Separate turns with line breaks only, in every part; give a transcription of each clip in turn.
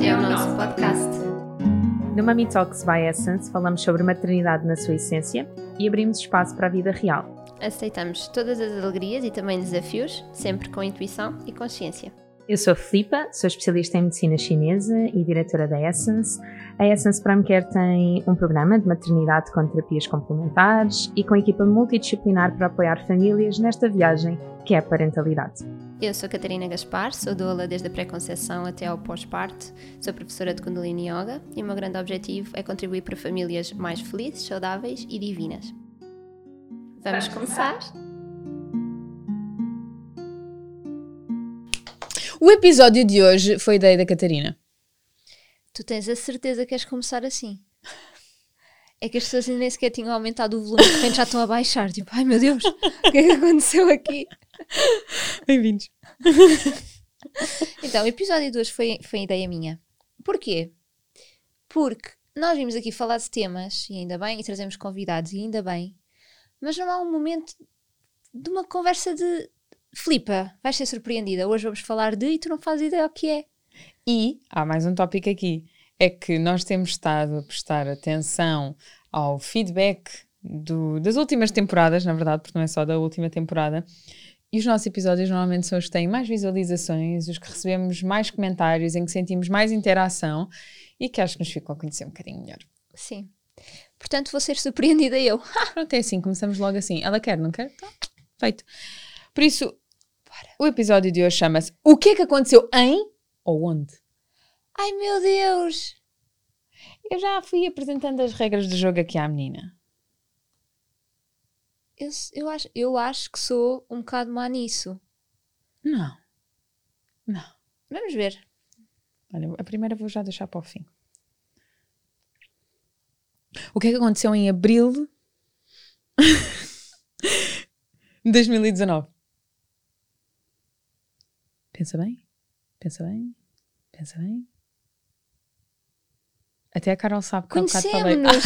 é o nosso podcast.
No Mummy Talks by Essence falamos sobre maternidade na sua essência e abrimos espaço para a vida real.
Aceitamos todas as alegrias e também desafios, sempre com intuição e consciência.
Eu sou a Filipa, sou especialista em medicina chinesa e diretora da Essence. A Essence Prime Care tem um programa de maternidade com terapias complementares e com equipa multidisciplinar para apoiar famílias nesta viagem que é a parentalidade.
Eu sou Catarina Gaspar, sou doula desde a pré-conceição até ao pós-parto, sou professora de Kundalini Yoga e o meu grande objetivo é contribuir para famílias mais felizes, saudáveis e divinas. Vamos começar?
O episódio de hoje foi ideia da Catarina.
Tu tens a certeza que queres começar assim? É que as pessoas nem sequer tinham aumentado o volume, de repente já estão a baixar. Tipo, ai meu Deus, o que é que aconteceu aqui?
Bem-vindos.
Então, o episódio de hoje foi ideia minha. Porquê? Porque nós vimos aqui falar de temas, e ainda bem, e trazemos convidados, e ainda bem, mas não há um momento de uma conversa de Filipa, vais ser surpreendida. Hoje vamos falar de, e tu não fazes ideia o que é.
E há mais um tópico aqui. É que nós temos estado a prestar atenção ao feedback das últimas temporadas, na verdade, porque não é só da última temporada. E os nossos episódios normalmente são os que têm mais visualizações, os que recebemos mais comentários, em que sentimos mais interação e que acho que nos ficam a conhecer um bocadinho melhor.
Sim. Portanto, vou ser surpreendida eu.
Pronto, é assim, começamos logo assim. Ela quer, não quer? Tá, feito. Por isso, o episódio de hoje chama-se O que é que aconteceu em ou onde?
Ai meu Deus!
Eu já fui apresentando as regras do jogo aqui à menina.
Eu acho que sou um bocado má nisso.
Não.
Vamos ver.
Olha, a primeira vou já deixar para o fim. O que é que aconteceu em abril de 2019? Pensa bem. Até a Carol sabe que há um bocado falei.
Conhecemos-nos!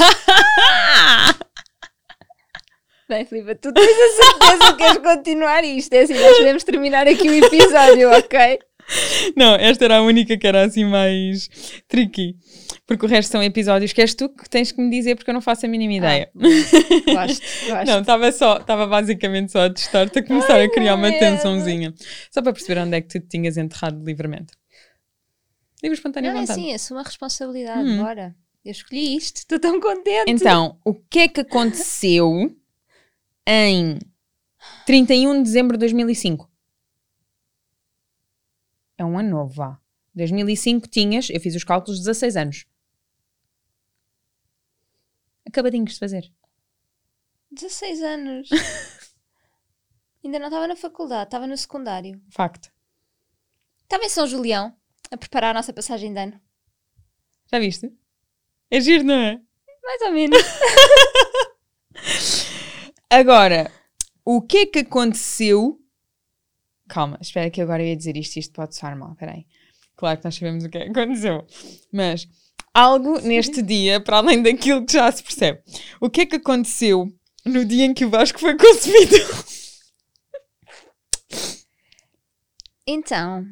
Bem, Filipa, tu tens a certeza que queres continuar isto. É assim, nós podemos terminar aqui o episódio, ok?
Não, esta era a única que era assim mais tricky. Porque o resto são episódios que és tu que tens que me dizer, porque eu não faço a mínima ideia.
Gosto.
Não, estava basicamente só a testar-te, a começar a criar uma tensãozinha. Só para perceber onde é que tu te tinhas enterrado livremente. Livre espontânea
Não é
vontade.
assim, é uma responsabilidade, bora. Eu escolhi isto, estou tão contente.
Então, o que é que aconteceu em 31 de dezembro de 2005? É um ano novo, vá. 2005 tinhas, eu fiz os cálculos, 16 anos. Acabadinhos de fazer.
16 anos. Ainda não estava na faculdade, estava no secundário.
Facto.
Estava em São Julião, a preparar a nossa passagem de ano.
Já viste? É giro, não é?
Mais ou menos.
Agora, o que é que aconteceu? Calma, espera que agora eu ia dizer isto pode soar mal, peraí. Claro que nós sabemos o que é que aconteceu. Mas algo neste dia, para além daquilo que já se percebe. O que é que aconteceu no dia em que o Vasco foi concebido?
Então,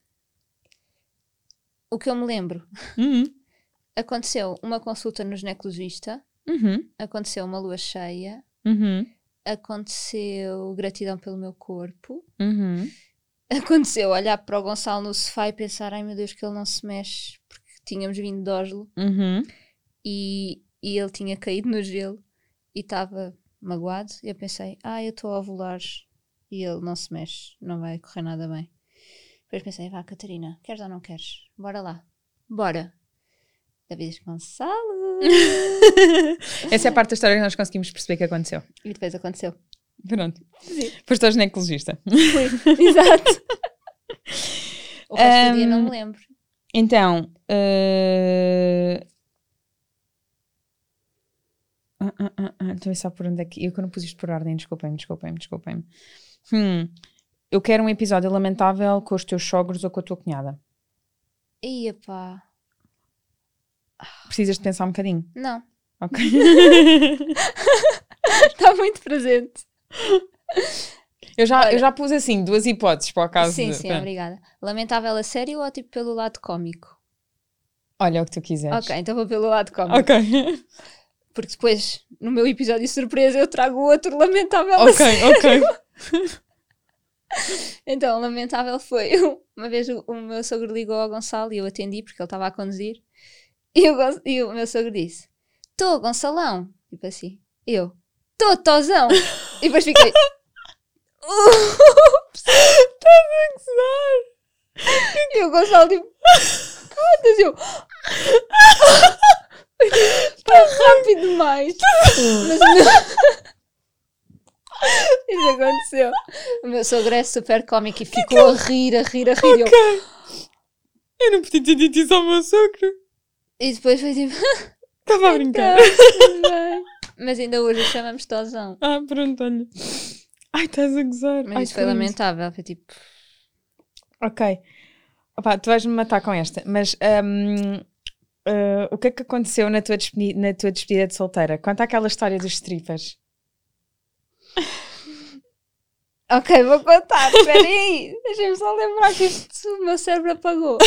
o que eu me lembro, aconteceu uma consulta no ginecologista, aconteceu uma lua cheia, aconteceu gratidão pelo meu corpo, aconteceu olhar para o Gonçalo no sofá e pensar, ai meu Deus, que ele não se mexe, porque tínhamos vindo de Oslo e ele tinha caído no gelo e estava magoado, e eu pensei, eu estou a ovular e ele não se mexe, não vai correr nada bem. Depois pensei, vá Catarina, queres ou não queres? Bora lá. Bora. David Gonçalo.
Essa é a parte da história que nós conseguimos perceber que aconteceu.
E depois aconteceu.
Pronto.
Sim.
Foste ao ginecologista.
Foi, exato. O resto do dia não me lembro.
Então, estou a ver só por onde é que... Eu que não pus isto por ordem, desculpem-me. Eu quero um episódio lamentável com os teus sogros ou com a tua cunhada.
Ia pá.
Precisas de pensar um bocadinho?
Não.
Ok.
Está muito presente.
Eu já pus assim, duas hipóteses para o caso.
Sim, obrigada. Lamentável a sério ou tipo pelo lado cómico?
Olha o que tu quiseres.
Ok, então vou pelo lado cómico.
Ok.
Porque depois, no meu episódio surpresa, eu trago o outro lamentável.
Ok.
Então, lamentável foi, uma vez o meu sogro ligou ao Gonçalo e eu atendi porque ele estava a conduzir. E o meu sogro disse: "Tô, Gonçalão." Tipo assim. Eu: "Tô, Tozão." E depois fiquei:
Estás a gozar?
E o Gonçalo tipo: "Caraca." Eu: "Foi rápido demais." Mas o meu... Isso aconteceu. O meu sogro é super cómico e ficou a rir.
Ok. Eu não podia ter dito isso ao meu sogro.
E depois foi tipo...
Estava a brincar.
Mas ainda hoje o chamamos Tozão.
Pronto, olha. Ai, estás a gozar.
Mas isso foi lamentável. Foi tipo...
Ok. Opa, tu vais-me matar com esta. Mas o que é que aconteceu na tua despedida de solteira? Conta aquela história dos strippers.
Ok, vou contar. Espera aí. Deixa-me só lembrar que isto o meu cérebro apagou.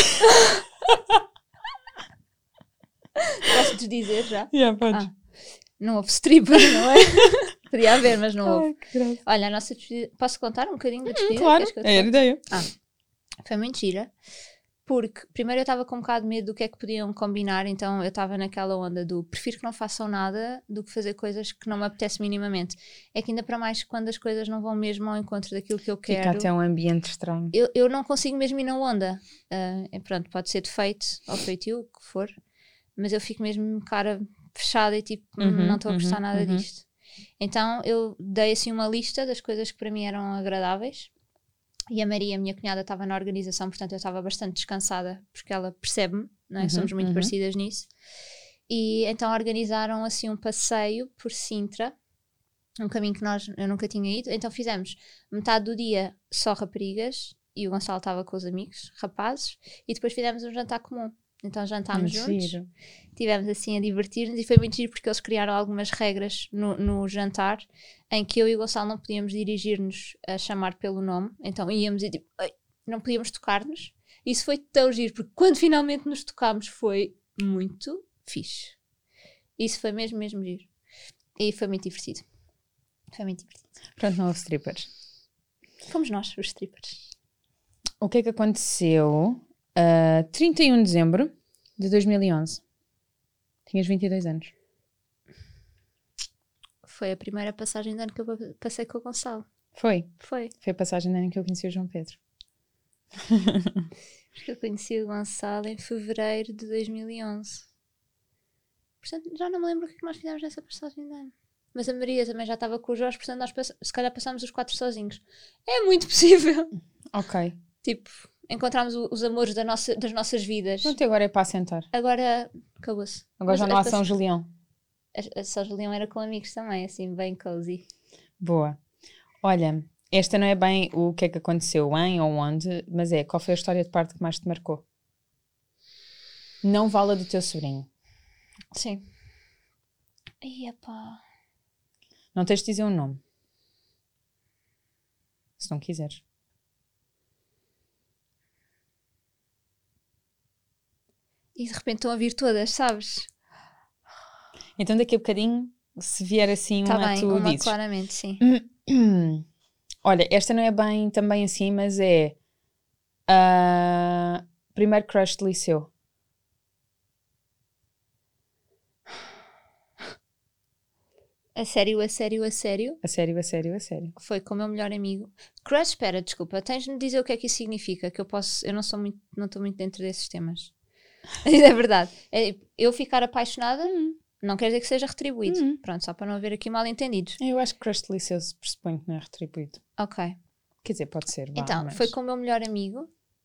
Posso-te dizer já?
Podes.
Não houve stripper, não é? Podia haver, mas não houve.
Que graça.
Olha, a nossa despedida... Posso contar um bocadinho da despedida?
Claro,
Queres que eu te
é a
conte?
ideia.
Foi muito gira. Porque primeiro eu estava com um bocado de medo do que é que podiam combinar, então eu estava naquela onda do prefiro que não façam nada do que fazer coisas que não me apetece minimamente. É que ainda para mais quando as coisas não vão mesmo ao encontro daquilo que eu quero.
Fica até um ambiente estranho.
Eu não consigo mesmo ir na onda. Pronto, pode ser defeito ou feitio, o que for, mas eu fico mesmo cara fechada e tipo, não estou a gostar nada disto. Então eu dei assim uma lista das coisas que para mim eram agradáveis. E a Maria, minha cunhada, estava na organização, portanto eu estava bastante descansada, porque ela percebe-me, não é? Somos muito parecidas nisso. E então organizaram assim um passeio por Sintra, um caminho que eu nunca tinha ido. Então fizemos metade do dia só raparigas, e o Gonçalo estava com os amigos, rapazes, e depois fizemos um jantar comum. Então jantámos juntos, estivemos assim a divertir-nos e foi muito giro porque eles criaram algumas regras no jantar em que eu e o Gonçalo não podíamos dirigir-nos a chamar pelo nome, então íamos e tipo, não podíamos tocar-nos. Isso foi tão giro porque quando finalmente nos tocámos foi muito fixe. Isso foi mesmo giro. E foi muito divertido.
Pronto, não houve strippers.
Fomos nós, os strippers.
O que é que aconteceu 31 de dezembro de 2011? Tinhas 22 anos.
Foi a primeira passagem de ano que eu passei com o Gonçalo.
Foi a passagem de ano que eu conheci o João Pedro.
Porque eu conheci o Gonçalo em fevereiro de 2011. Portanto, já não me lembro o que é que nós fizemos nessa passagem de ano. Mas a Maria também já estava com o Jorge, portanto nós se calhar passámos os 4 sozinhos. É muito possível.
Ok.
Tipo, encontramos os amores das nossas vidas.
Pronto, agora é para assentar.
Agora acabou-se.
Agora já não há São Julião.
A São Julião era com amigos também, assim, bem cozy.
Boa. Olha, esta não é bem o que é que aconteceu em ou onde, mas qual foi a história de parto que mais te marcou? Não vale a do teu sobrinho.
Sim. Ia pá.
Não tens de dizer um nome. Se não quiseres.
E de repente estão a vir todas, sabes?
Então daqui a bocadinho, se vier assim
Tá
uma,
bem,
tu
uma
dizes.
claramente, sim.
Olha, esta não é bem também assim, mas é primeiro crush de liceu.
A sério?
A sério.
Foi com o meu melhor amigo. Crush, espera, desculpa, tens de me dizer o que é que isso significa, que eu não estou muito dentro desses temas. É verdade. Eu ficar apaixonada não quer dizer que seja retribuído. Pronto, só para não haver aqui mal entendidos.
Eu acho que crush de liceu se pressupõe que não é retribuído.
Ok.
Quer dizer, pode ser.
Então,
mas...
foi com o meu melhor amigo.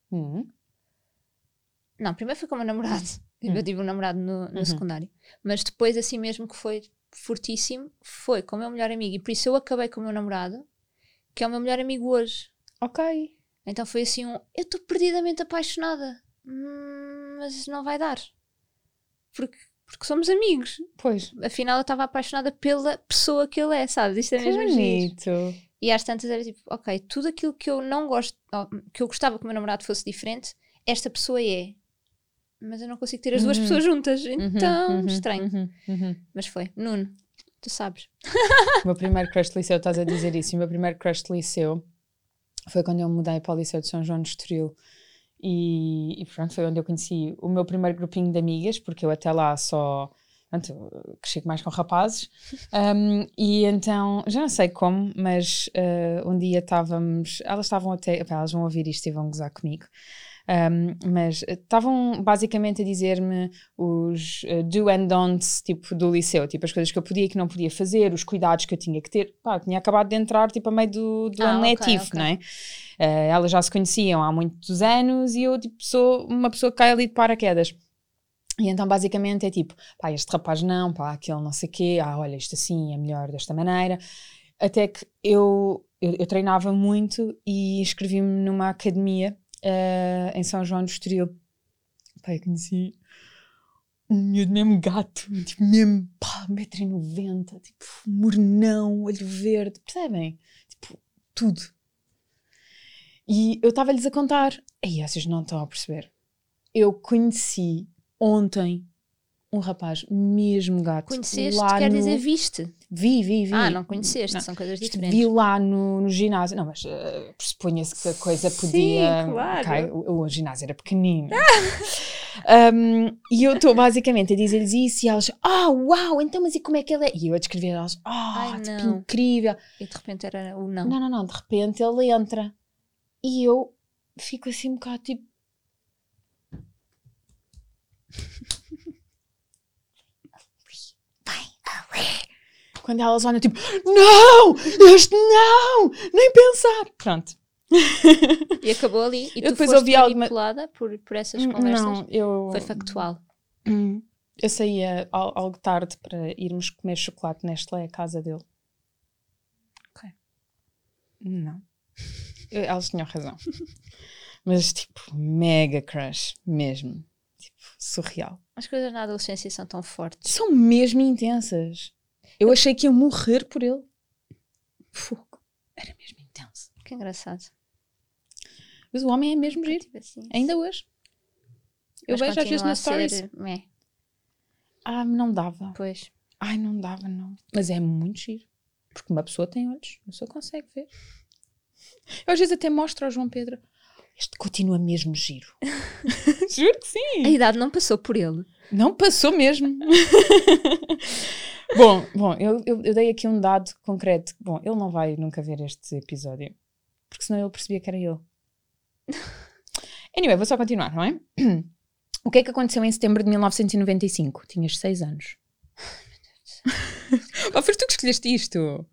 Não, primeiro foi com o meu namorado. Eu tive um namorado no secundário. Mas depois, assim mesmo que foi fortíssimo, foi com o meu melhor amigo. E por isso eu acabei com o meu namorado, que é o meu melhor amigo hoje.
Ok.
Então foi assim eu estou perdidamente apaixonada. Mas não vai dar. Porque somos amigos.
Pois.
Afinal eu estava apaixonada pela pessoa que ele é, sabes? Isto é mesmo
bonito.
Giro. E às tantas era tipo, ok, tudo aquilo que eu não gosto, que eu gostava que o meu namorado fosse diferente, esta pessoa é. mas eu não consigo ter as duas pessoas juntas, então estranho. Mas foi. Nuno, tu sabes.
O meu primeiro crush de liceu, estás a dizer isso, o meu primeiro crush de liceu foi quando eu me mudei para o Liceu de São João de Estoril. E pronto, foi onde eu conheci o meu primeiro grupinho de amigas, porque eu até lá só... Pronto, cresci mais com rapazes. E então, já não sei como, mas um dia estávamos... Elas estavam até... Elas vão ouvir isto e vão gozar comigo. Mas estavam basicamente a dizer-me os do and don'ts tipo, do liceu, tipo as coisas que eu podia e que não podia fazer, os cuidados que eu tinha que ter. Pá, eu tinha acabado de entrar tipo, a meio do ano letivo, não é? Elas já se conheciam há muitos anos e eu tipo, sou uma pessoa que cai ali de paraquedas. E então basicamente é tipo, pá, este rapaz não, pá, aquele não sei o quê, olha, isto assim é melhor desta maneira. Até que eu treinava muito e inscrevi-me numa academia em São João do Estoril. Pá, eu conheci um miúdo mesmo gato, tipo mesmo, pá, 1,90m, tipo mornão, olho verde, percebem? Tipo, tudo. E eu estava-lhes a contar, aí vocês não estão a perceber, eu conheci ontem um rapaz mesmo gato.
Conheceste? Quer dizer viste?
Vi.
Não conheceste, não. São coisas diferentes.
Vi lá no ginásio. Não, mas pressupunha-se que a coisa podia...
Sim, claro.
Okay, o ginásio era pequenino. E eu estou basicamente a dizer-lhes isso e elas, uau, então mas e como é que ele é? E eu a descrever elas, tipo incrível.
E de repente era o não.
Não, de repente ele entra. E eu fico assim um bocado tipo... Quando elas olham tipo, não, este não, nem pensar. Pronto.
E acabou ali. E
eu
tu foste manipulada por essas conversas?
Não,
foi factual.
Eu saía algo tarde para irmos comer chocolate Nestlé à casa dele.
Ok.
Não. Elas tinham razão. Mas tipo, mega crush, mesmo. Tipo, surreal.
As coisas na adolescência são tão fortes.
São mesmo intensas. Eu achei que ia morrer por ele. Fogo. Era mesmo intenso.
Que engraçado.
Mas o homem é mesmo giro.
Assim.
Ainda hoje. Eu vejo às vezes nas stories. Não dava.
Pois.
Não dava, não. Mas é muito giro. Porque uma pessoa tem olhos. Uma pessoa consegue ver. Eu às vezes até mostro ao João Pedro. Este continua mesmo giro. Juro que sim.
A idade não passou por ele.
Não passou mesmo. Bom, eu dei aqui um dado concreto. Bom, ele não vai nunca ver este episódio. Porque senão ele percebia que era eu. Anyway, vou só continuar, não é? O que é que aconteceu em setembro de 1995? Tinhas 6 anos. Foste tu que escolheste isto.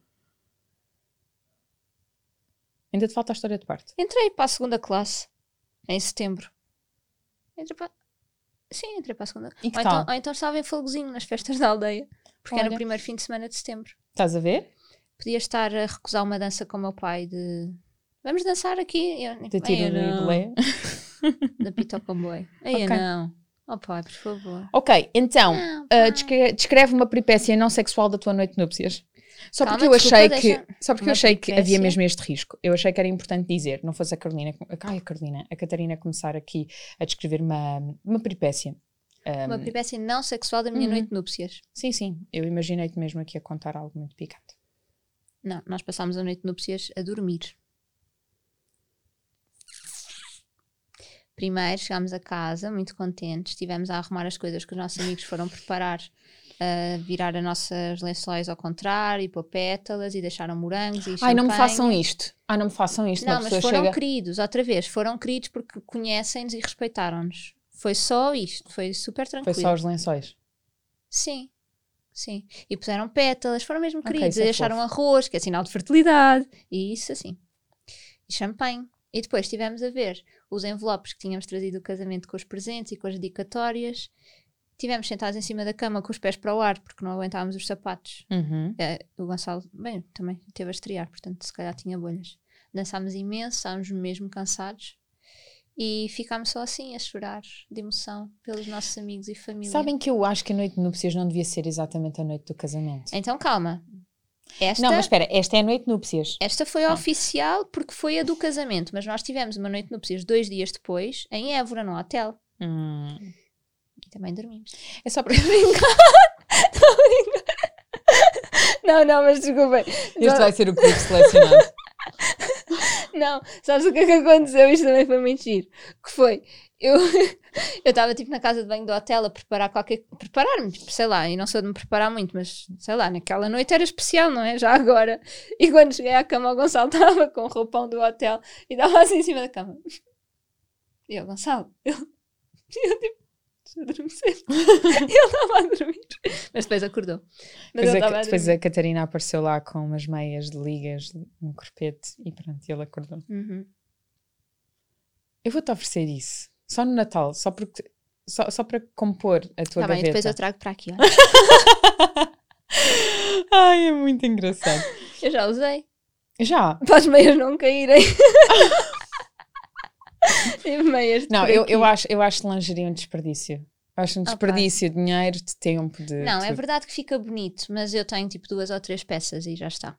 Ainda te falta a história de parte.
Entrei para a segunda classe em setembro. Entrei para a segunda.
E que tal?
Ou então estava em Folgozinho nas festas da aldeia. Porque era o primeiro fim de semana de setembro.
Estás a ver?
Podia estar a recusar uma dança com o meu pai de... Vamos dançar aqui.
De tiro de boleia.
Da pita ao comboio. Aí não. Oh pai, por favor.
Ok, então, descreve uma peripécia não sexual da tua noite de núpcias. Só porque eu achei que havia mesmo este risco. Eu achei que era importante dizer, não fosse a Catarina começar aqui a descrever uma peripécia.
Uma peripécia não sexual da minha noite de núpcias.
Sim, eu imaginei-te mesmo aqui a contar algo muito picante.
Não, nós passámos a noite de núpcias a dormir. Primeiro chegámos a casa muito contentes, estivemos a arrumar as coisas que os nossos amigos foram preparar, virar as nossas lençóis ao contrário, e pôr pétalas e deixaram morangos e champanhe.
Não me façam isto.
Não, mas foram queridos, outra vez, foram queridos porque conhecem-nos e respeitaram-nos. Foi só isto, foi super tranquilo.
Foi só os lençóis?
Sim. E puseram pétalas, foram mesmo queridos, e deixaram arroz, que é sinal de fertilidade, e isso assim. E champanhe. E depois estivemos a ver os envelopes que tínhamos trazido do casamento com os presentes e com as dedicatórias. Estivemos sentados em cima da cama com os pés para o ar, porque não aguentávamos os sapatos. O Gonçalo, também teve a estrear, portanto se calhar tinha bolhas. Dançámos imenso, estávamos mesmo cansados. E ficámos só assim a chorar de emoção pelos nossos amigos e família.
Sabem que eu acho que a noite de núpcias não devia ser exatamente a noite do casamento.
Então calma.
Não, mas espera, esta é a noite de núpcias.
Esta foi a oficial porque foi a do casamento, mas nós tivemos uma noite de núpcias 2 dias depois em Évora, no hotel. também dormimos.
É só para
brincar. Não, mas desculpem.
Este vai ser o clipe selecionado.
Não, sabes o que é que aconteceu? Isto também foi muito giro. Que foi, eu estava tipo na casa de banho do hotel a preparar-me, sei lá, e não sou de me preparar muito, mas sei lá, naquela noite era especial, não é? Já agora. E quando cheguei à cama, o Gonçalo estava com o roupão do hotel e estava assim em cima da cama. E eu, Gonçalo, eu tipo, adormecer. Ele estava a dormir. Mas depois acordou. Mas
depois a Catarina apareceu lá com umas meias de ligas, um corpete e pronto, ele acordou.
Uhum.
Eu vou-te oferecer isso. Só no Natal, só para compor a tua gaveta.
Bem, depois eu trago para aqui.
Ai, é muito engraçado.
Eu já usei.
Já?
Para as meias não caírem. Meias
não, eu acho lingerie um desperdício. Acho um desperdício de dinheiro, de tempo, de
não,
tudo.
É verdade que fica bonito, mas eu tenho tipo 2 ou 3 peças e já está.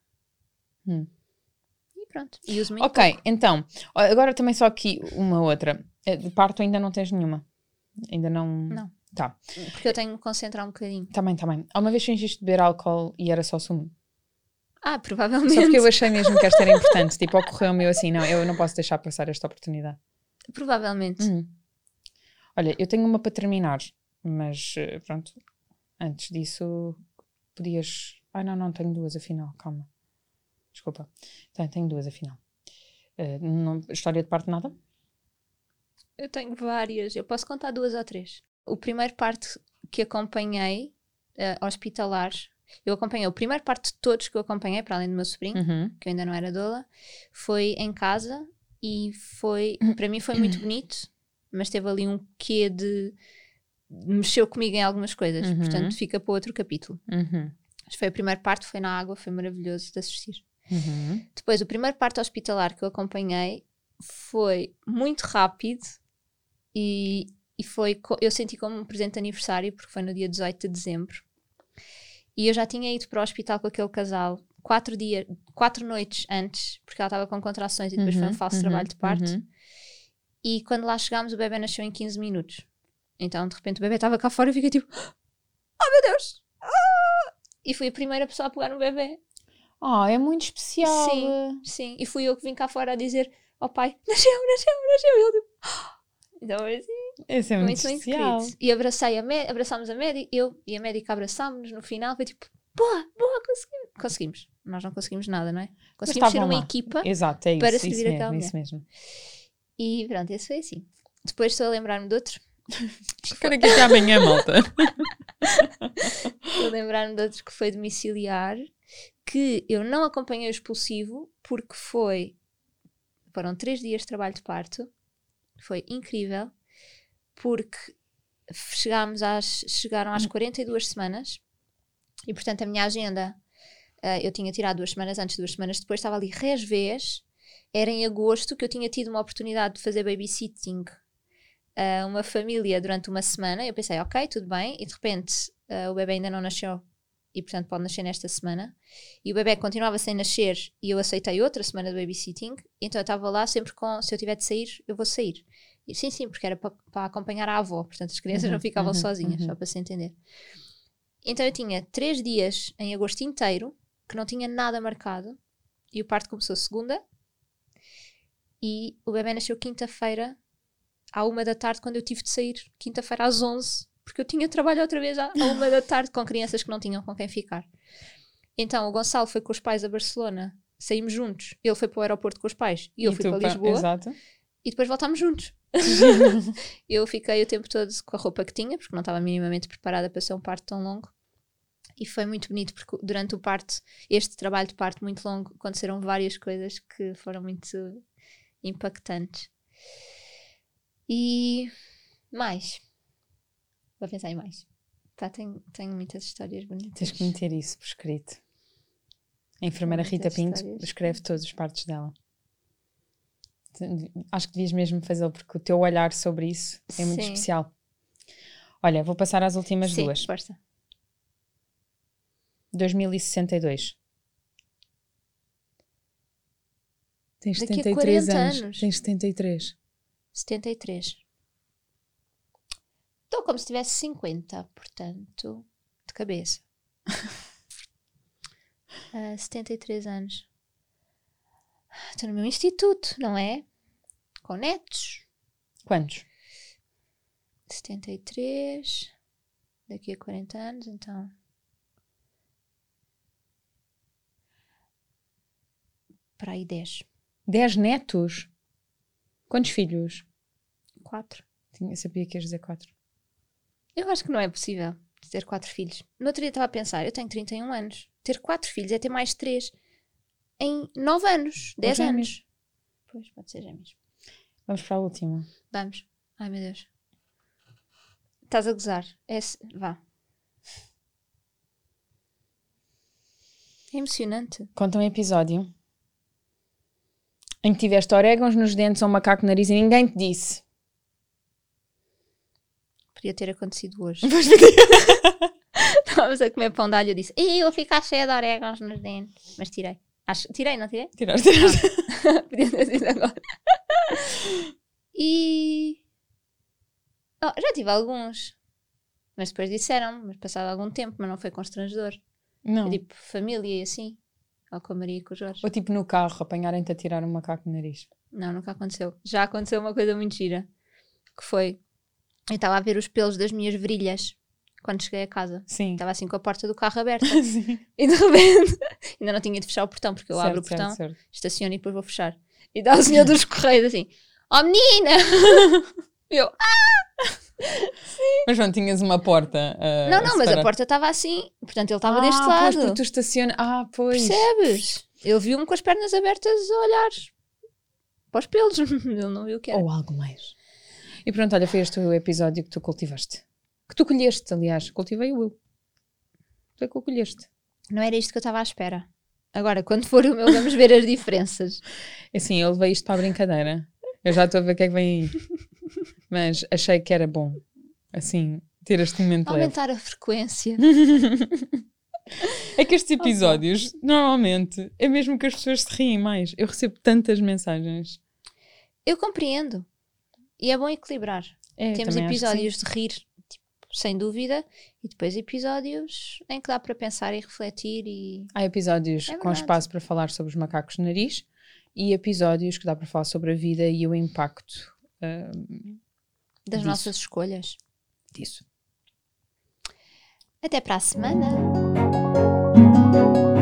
E pronto. E uso muito pouco.
Então, agora também só aqui uma outra. De parto ainda não tens nenhuma? Ainda não?
Não.
Tá.
Porque eu tenho que me concentrar um bocadinho.
Também. Há uma vez fingiste beber álcool e era só sumo?
Provavelmente.
Só porque eu achei mesmo que esta era importante. Tipo, ocorreu-me assim, não, eu não posso deixar passar esta oportunidade.
Provavelmente.
Olha, eu tenho uma para terminar, mas pronto, antes disso podias... não, tenho 2 afinal, calma. Desculpa. Tenho 2 afinal. História de parto nada?
Eu tenho várias, eu posso contar 2 ou 3. O primeiro parto que acompanhei, hospitalar, eu acompanhei o primeiro parto de todos que eu acompanhei, para além do meu sobrinho, que eu ainda não era doula, foi em casa e para mim foi muito bonito, mas teve ali um quê de mexeu comigo em algumas coisas, portanto fica para outro capítulo. Mas foi o primeiro parto, foi na água, foi maravilhoso de assistir. Depois o primeiro parto hospitalar que eu acompanhei foi muito rápido e eu senti como um presente de aniversário, porque foi no dia 18 de dezembro e eu já tinha ido para o hospital com aquele casal 4 noites antes, porque ela estava com contrações e depois foi um falso trabalho de parto. E quando lá chegámos, o bebê nasceu em 15 minutos. Então, de repente, o bebê estava cá fora e eu fiquei tipo, oh meu Deus! E fui a primeira pessoa a pegar no bebê.
É muito especial.
Sim. E fui eu que vim cá fora a dizer ao pai, nasceu. E ele tipo, então foi assim.
Esse é muito especial.
Muito e abraçámos a médica, eu e a médica abraçámos-nos no final, foi tipo, boa, conseguimos. Nós não conseguimos nada, não é? Conseguimos ser uma equipa.
Exato, é isso,
para servir aquela mulher.
Isso mesmo.
E pronto, esse foi assim. Depois estou a lembrar-me de outro.
Espera aqui até amanhã, malta.
Estou a lembrar-me de outro que foi domiciliar, que eu não acompanhei o expulsivo, porque foram 3 dias de trabalho de parto. Foi incrível, porque chegaram às 42 semanas e, portanto, a minha agenda, eu tinha tirado 2 semanas antes, 2 semanas depois, estava ali resvés. Era em agosto que eu tinha tido uma oportunidade de fazer babysitting a uma família durante uma semana. Eu pensei, ok, tudo bem, e de repente o bebê ainda não nasceu e, portanto, pode nascer nesta semana. E o bebê continuava sem nascer e eu aceitei outra semana de babysitting. Então eu estava lá sempre se eu tiver de sair, eu vou sair. E, sim, porque era para acompanhar a avó, portanto as crianças não ficavam sozinhas, só para se entender. Então eu tinha 3 dias em agosto inteiro que não tinha nada marcado e o parto começou segunda e o bebê nasceu quinta-feira à 1 da tarde, quando eu tive de sair quinta-feira às 11, porque eu tinha trabalho outra vez à 1 da tarde com crianças que não tinham com quem ficar. Então o Gonçalo foi com os pais a Barcelona, saímos juntos, ele foi para o aeroporto com os pais e eu fui para Lisboa.
Exato.
E depois voltámos juntos. Eu fiquei o tempo todo com a roupa que tinha, porque não estava minimamente preparada para ser um parto tão longo. E foi muito bonito, porque durante o parto, este trabalho de parto muito longo, aconteceram várias coisas que foram muito impactantes. E mais. Vou pensar em mais. Tenho muitas histórias bonitas.
Tens que meter isso por escrito. A enfermeira Rita Pinto escreve todos os partos dela. Acho que devias mesmo fazê-lo, porque o teu olhar sobre isso é muito especial. Olha, vou passar às últimas 2.
Força.
2062. Tens
Daqui
73
a 40 anos.
Tens 73.
73. Estou como se tivesse 50, portanto, de cabeça. 73 anos. Estou no meu instituto, não é? Com netos.
Quantos?
73. Daqui a 40 anos, então. Para aí 10.
10 netos? Quantos filhos?
4.
Sabia que ias dizer 4.
Eu acho que não é possível ter 4 filhos. No outro dia estava a pensar, eu tenho 31 anos. Ter 4 filhos é ter mais 3 em 9 anos, 10 anos. Pois, pode ser gêmeos.
Vamos para a última.
Vamos. Ai, meu Deus. Estás a gozar. Vá. É emocionante.
Conta um episódio em que tiveste orégãos nos dentes ou um macaco no nariz e ninguém te disse.
Podia ter acontecido hoje. Estávamos a comer pão de alho e eu disse, eu vou ficar cheia de orégãos nos dentes. Mas tirei. Tirei, não tirei?
Tiraste.
Podia ter sido agora. E... já tive alguns. Mas depois disseram, mas passado algum tempo, mas não foi constrangedor.
Não.
Foi tipo família e assim. Ou com a Maria e com o Jorge.
Ou tipo no carro, apanharem-te a tirar um macaco no nariz.
Não, nunca aconteceu. Já aconteceu uma coisa muito gira. Que foi... Eu estava a ver os pelos das minhas virilhas quando cheguei a casa.
Sim.
Estava assim com a porta do carro aberta.
Sim.
E de repente... ainda não tinha de fechar o portão, porque eu
Certo,
abro o portão,
certo.
estaciono e depois vou fechar. E dá o senhor dos correios assim... Oh, menina! E eu...
Mas não tinhas uma porta.
Não, mas a porta estava assim. Portanto, ele estava deste lado.
Pois, porque tu estacionas. Pois.
Percebes? Ele viu-me com as pernas abertas a olhar para os pelos. Ele não viu o que era.
Ou algo mais. E pronto, olha, foi este o episódio que tu cultivaste. Que tu colheste, aliás. Cultivei-o eu. Tu é que o colheste.
Não era isto que eu estava à espera. Agora, quando for o meu, vamos ver as diferenças.
Assim, eu levei isto para a brincadeira. Eu já estou a ver o que é que vem aí. Mas achei que era bom, assim, ter este momento leve.
Aumentar a frequência.
É que estes episódios, normalmente, é mesmo que as pessoas se riem mais. Eu recebo tantas mensagens.
Eu compreendo. E é bom equilibrar. Temos episódios de rir, tipo, sem dúvida, e depois episódios em que dá para pensar e refletir.
Há episódios com espaço para falar sobre os macacos no nariz e episódios que dá para falar sobre a vida e o impacto
das nossas escolhas.
Disso.
Até para a semana!